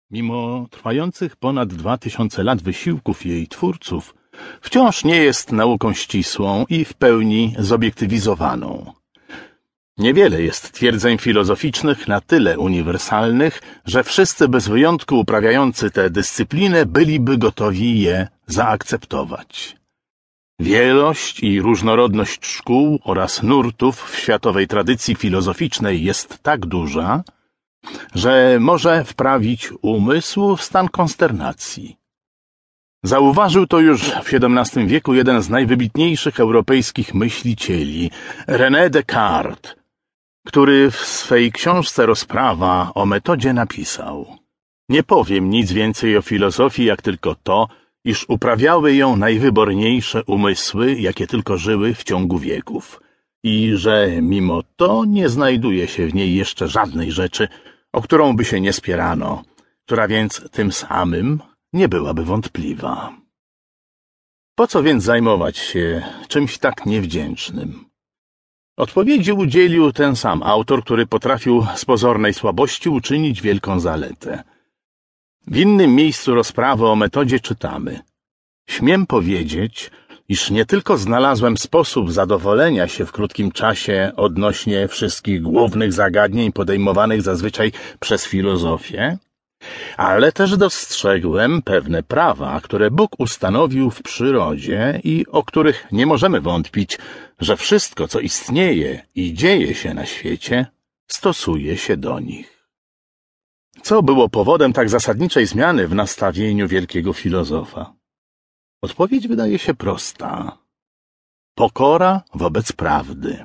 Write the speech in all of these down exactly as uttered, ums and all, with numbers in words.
Mimo trwających ponad dwa tysiące lat wysiłków jej twórców, wciąż nie jest nauką ścisłą i w pełni zobiektywizowaną. Niewiele jest twierdzeń filozoficznych na tyle uniwersalnych, że wszyscy bez wyjątku uprawiający tę dyscyplinę byliby gotowi je zaakceptować. Wielość i różnorodność szkół oraz nurtów w światowej tradycji filozoficznej jest tak duża, że może wprawić umysł w stan konsternacji. Zauważył to już w siedemnastym wieku jeden z najwybitniejszych europejskich myślicieli, René Descartes, który w swej książce Rozprawa o metodzie napisał: nie powiem nic więcej o filozofii, jak tylko to, iż uprawiały ją najwyborniejsze umysły, jakie tylko żyły w ciągu wieków, i że mimo to nie znajduje się w niej jeszcze żadnej rzeczy, o którą by się nie spierano, która więc tym samym nie byłaby wątpliwa. Po co więc zajmować się czymś tak niewdzięcznym? Odpowiedzi udzielił ten sam autor, który potrafił z pozornej słabości uczynić wielką zaletę. W innym miejscu Rozprawy o metodzie czytamy: śmiem powiedzieć, iż nie tylko znalazłem sposób zadowolenia się w krótkim czasie odnośnie wszystkich głównych zagadnień podejmowanych zazwyczaj przez filozofię, ale też dostrzegłem pewne prawa, które Bóg ustanowił w przyrodzie i o których nie możemy wątpić, że wszystko, co istnieje i dzieje się na świecie, stosuje się do nich. Co było powodem tak zasadniczej zmiany w nastawieniu wielkiego filozofa? Odpowiedź wydaje się prosta. Pokora wobec prawdy.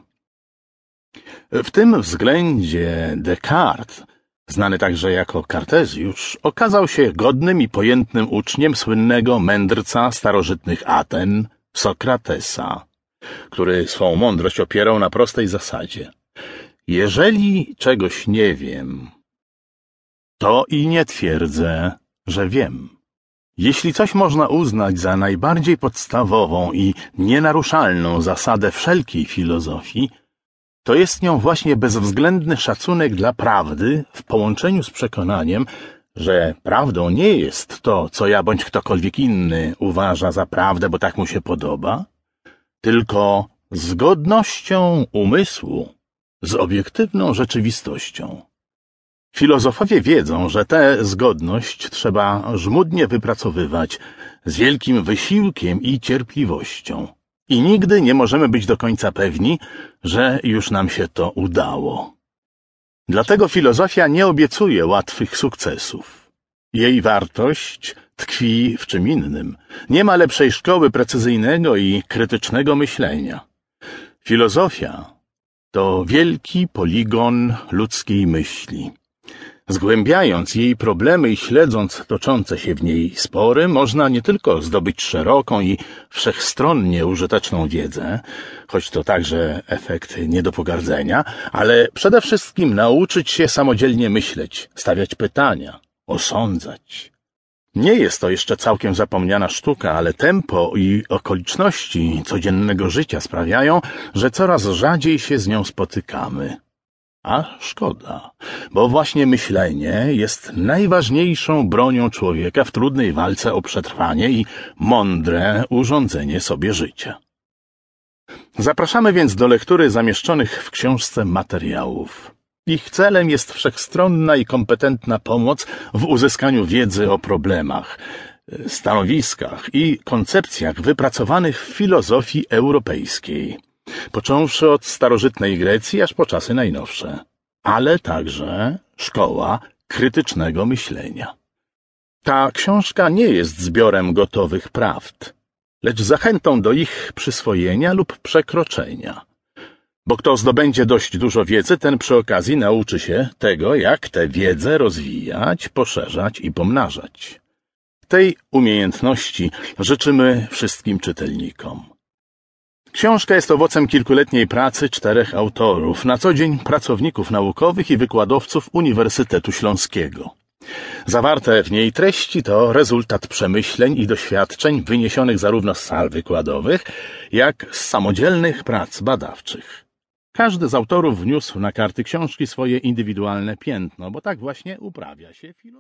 W tym względzie Descartes, znany także jako Kartezjusz, okazał się godnym i pojętnym uczniem słynnego mędrca starożytnych Aten, Sokratesa, który swą mądrość opierał na prostej zasadzie: jeżeli czegoś nie wiem, to i nie twierdzę, że wiem. Jeśli coś można uznać za najbardziej podstawową i nienaruszalną zasadę wszelkiej filozofii, to jest nią właśnie bezwzględny szacunek dla prawdy w połączeniu z przekonaniem, że prawdą nie jest to, co ja bądź ktokolwiek inny uważa za prawdę, bo tak mu się podoba, tylko zgodnością umysłu z obiektywną rzeczywistością. Filozofowie wiedzą, że tę zgodność trzeba żmudnie wypracowywać z wielkim wysiłkiem i cierpliwością. I nigdy nie możemy być do końca pewni, że już nam się to udało. Dlatego filozofia nie obiecuje łatwych sukcesów. Jej wartość tkwi w czym innym. Nie ma lepszej szkoły precyzyjnego i krytycznego myślenia. Filozofia to wielki poligon ludzkiej myśli. Zgłębiając jej problemy i śledząc toczące się w niej spory, można nie tylko zdobyć szeroką i wszechstronnie użyteczną wiedzę, choć to także efekt nie do pogardzenia, ale przede wszystkim nauczyć się samodzielnie myśleć, stawiać pytania, osądzać. Nie jest to jeszcze całkiem zapomniana sztuka, ale tempo i okoliczności codziennego życia sprawiają, że coraz rzadziej się z nią spotykamy. A szkoda, bo właśnie myślenie jest najważniejszą bronią człowieka w trudnej walce o przetrwanie i mądre urządzenie sobie życia. Zapraszamy więc do lektury zamieszczonych w książce materiałów. Ich celem jest wszechstronna i kompetentna pomoc w uzyskaniu wiedzy o problemach, stanowiskach i koncepcjach wypracowanych w filozofii europejskiej, począwszy od starożytnej Grecji aż po czasy najnowsze, ale także szkoła krytycznego myślenia. Ta książka nie jest zbiorem gotowych prawd, lecz zachętą do ich przyswojenia lub przekroczenia. Bo kto zdobędzie dość dużo wiedzy, ten przy okazji nauczy się tego, jak tę wiedzę rozwijać, poszerzać i pomnażać. Tej umiejętności życzymy wszystkim czytelnikom. Książka jest owocem kilkuletniej pracy czterech autorów, na co dzień pracowników naukowych i wykładowców Uniwersytetu Śląskiego. Zawarte w niej treści to rezultat przemyśleń i doświadczeń wyniesionych zarówno z sal wykładowych, jak z samodzielnych prac badawczych. Każdy z autorów wniósł na karty książki swoje indywidualne piętno, bo tak właśnie uprawia się filozofię.